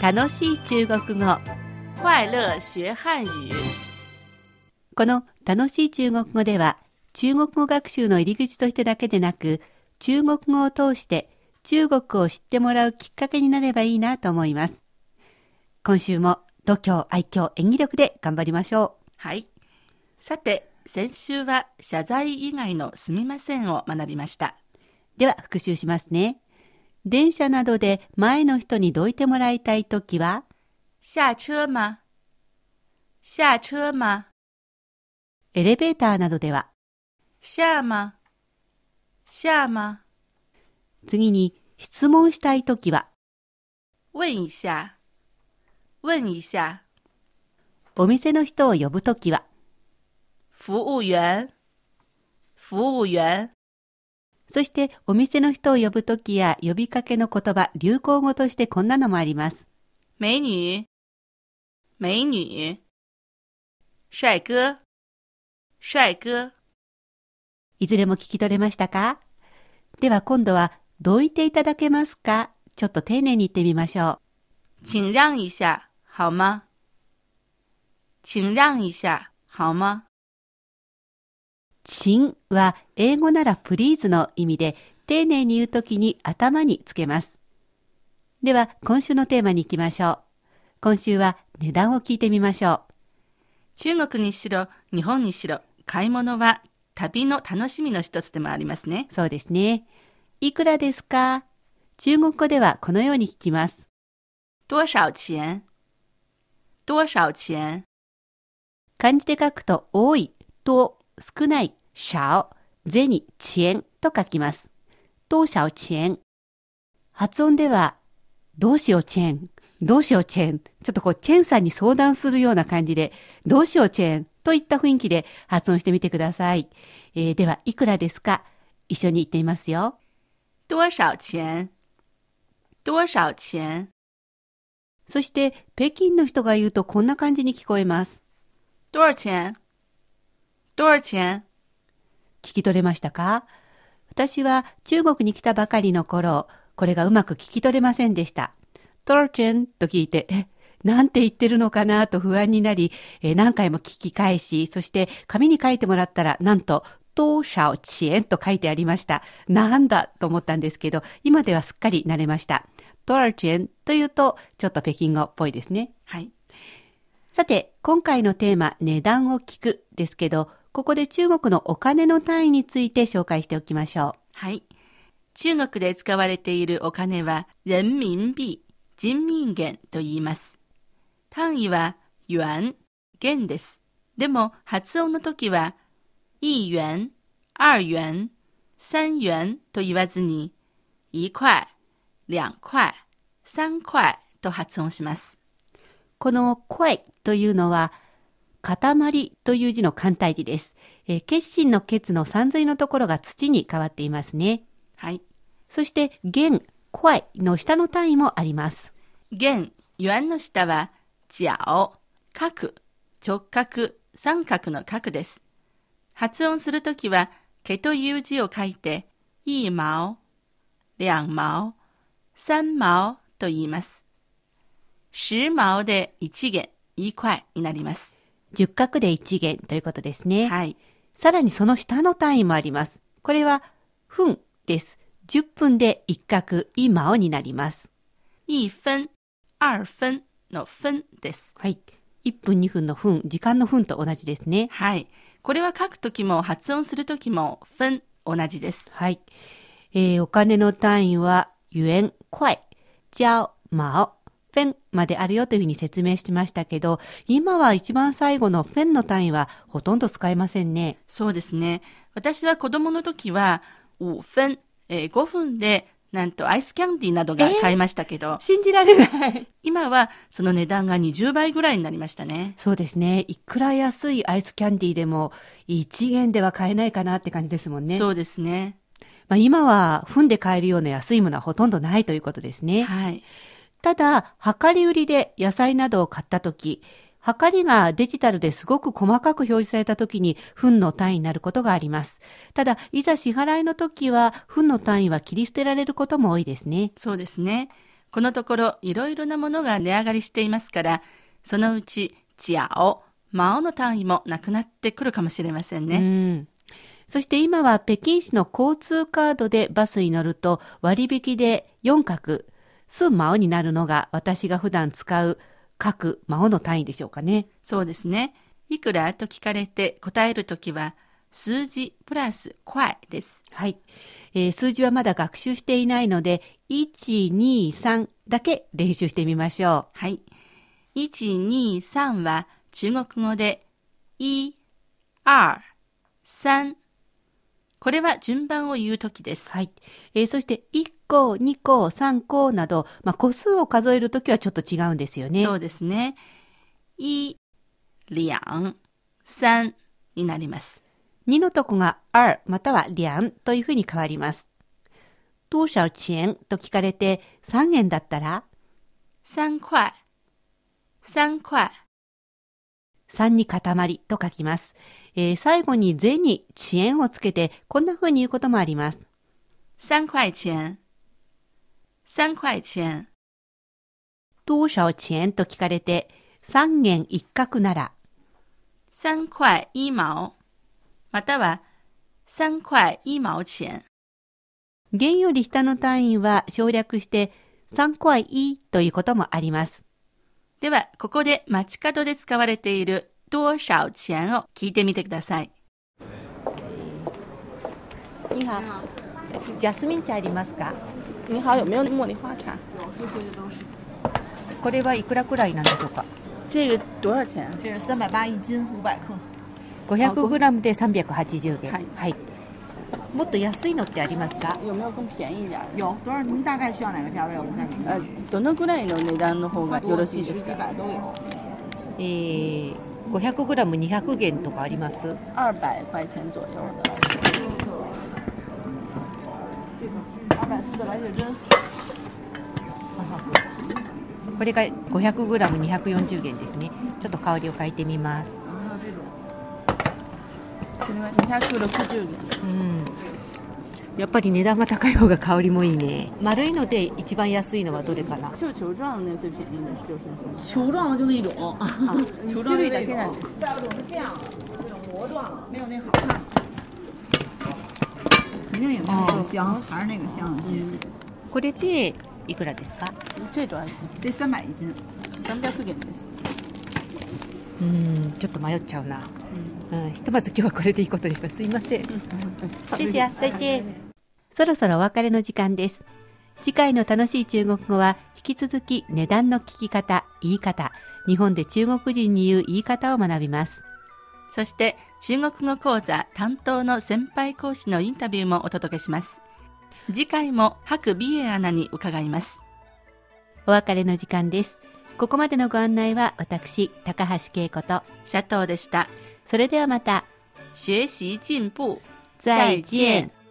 楽しい中国語。 快乐学汉语。 この楽しい中国語では、中国語学習の入り口としてだけでなく、中国語を通して中国を知ってもらうきっかけになればいいなと思います。今週も度胸、愛嬌、演技力で頑張りましょう。 はい。さて、先週は謝罪以外のすみませんを学びました。 では復習しますね。電車などで前の人にどいてもらいたいときは、 下車吗？下車吗？ エレベーターなどでは、 下吗？下吗？ 次に質問したいときは、 問一下。問一下。 お店の人を呼ぶときは、 服務員。服務員。 そしてお店の人を呼ぶときや呼びかけの言葉、流行語としてこんなのもあります。 美女。美女。帥哥。帥哥。 いずれも聞き取れましたか？では今度は、どいていただけますか？ちょっと丁寧に言ってみましょう。 請讓一下、好嗎？請讓一下、好嗎？ 請は英語なら please の意味で、丁寧に言うときに頭につけます。では今週のテーマに行きましょう。今週は値段を聞いてみましょう。 中国にしろ、日本にしろ、買い物は旅の楽しみの一つでもありますね。 そうですね。いくらですか？中国語ではこのように聞きます。 多少錢？多少錢？ 漢字で書くと多い、多、少ない、少、銭、錢と書きます。多少錢。発音では、どうしようチェン、どうしようチェン。ちょっとチェンさんに相談するような感じで、どうしようチェンといった雰囲気で発音してみてください。では、いくらですか？一緒に言ってみますよ。 多少錢？多少錢？ そして、北京の人が言うとこんな感じに聞こえます。 多少錢？多少錢？ 聞き取れましたか？私は中国に来たばかりの頃、これがうまく聞き取れませんでした。多少錢と聞いて、なんて言ってるのかなと不安になり、何回も聞き返し、そして紙に書いてもらったら、なんと、多少錢と書いてありました。なんだと思ったんですけど、今ではすっかり慣れました。多少錢というと、ちょっと北京語っぽいですね。 はい。 さて、今回のテーマ、値段を聞くですけど、ここで中国のお金の単位について紹介しておきましょう。 はい。中国で使われているお金は、人民幣、人民元と言います。単位は、元、元です。でも、発音の時は、一元、二元、三元と言わずに、一塊、兩塊、三塊と発音します。 この塊というのは、塊という字の簡体字です。決心の決の三髄のところが土に変わっていますね。 はい。 そして、元、塊の下の単位もあります。 元、元の下は、角、角、直角、三角の角です。発音するときは、毛という字を書いて、一毛、兩毛、三毛と言います。十毛で一元、一塊になります。 十角で一元ということですね。 はい。 さらにその下の単位もあります。これは、分です。10分で一角、一毛になります。 一分、二分の分です。 はい。1分2分の分、時間の分と同じですね。 はい。これは書くときも発音するときも分同じです。 はい。お金の単位は、元、塊、角、毛、分まであるよというふうに説明しましたけど、今は一番最後の分の単位はほとんど使えませんね。 そうですね。私は子供の時は5分、5分でなんとアイスキャンディーなどが買えましたけど、 信じられない。 今はその値段が20倍ぐらいになりましたね。 そうですね。いくら安いアイスキャンディーでも1元では買えないかなって感じですもんね。 そうですね。 今は分で買えるような安いものはほとんどないということですね。 はい。 ただ、量り売りで野菜などを買ったとき、量りがデジタルですごく細かく表示されたときに分の単位になることがあります。ただ、いざ支払いのときは分の単位は切り捨てられることも多いですね。 そうですね。 このところいろいろなものが値上がりしていますから、そのうちジャオ、マオの単位もなくなってくるかもしれませんね。 そして今は北京市の交通カードでバスに乗ると割引で4角、数マオになるのが私が普段使う各マオの単位でしょうかね。 そうですね。いくらと聞かれて答えるときは、数字プラス塊です。 はい。数字はまだ学習していないので、1、2、3だけ練習してみましょう。はい。1、2、3は中国語で、1、2、3。これは順番を言うときです。 はい。そして1個、2個、3個など、個数を数えるときはちょっと違うんですよね。 そうですね。1、2、3になります。 2のとこが2または2というふうに変わります。多少錢と聞かれて3円だったら 3塊、3塊。 3に塊と書きます。最後に銭、遅延をつけてこんなふうに言うこともあります。 3塊錢、3塊錢。 多少錢と聞かれて3円一角なら 3塊1毛、または3塊1毛錢。 元より下の単位は省略して3塊1ということもあります。 では、ここで街角で使われている多少錢を聞いてみてください。 你好、ジャスミン茶ありますか？ 你好、有没有茉莉花茶？ これはいくらくらいなんでしょうか？ 这个多少钱？ 这是380一斤500克。 500グラムで380元。 はい。 もっと安いのってありますか？ 有没有更便宜一点？ 有多少？您大概需要哪个价位？我们再给您。 どのぐらいの値段の方がよろしいですか？ 几百都有。 500グラム200元とかあります？ 200块钱左右的。 这个240的白雪珍。 これが500グラム240元ですね。ちょっと香りを変えてみます。 これは260元。 やっぱり値段が高い方が香りもいいね。丸いので一番安いのはどれかな？ 球球状那最便宜的是就是球状的就那种。 球状类だけなんです。 再有一种是这样，这种膜状的，没有那好看。肯定也没有那个香，还是那个香。 これでいくらですか？ 这多少钱？ 这300一斤。 300元です。 ちょっと迷っちゃうな。ひとまず今日はこれでいいことにします。すいません。谢谢、再见。そろそろお別れの時間です。次回の楽しい中国語は引き続き値段の聞き方、言い方、日本で中国人に言う言い方を学びます。 そして中国語講座担当の先輩講師のインタビューもお届けします。次回も白美恵アナに伺います。 お別れの時間です。ここまでのご案内は私、高橋恵子とシャトーでした。 それではまた。 学習進步。 再見。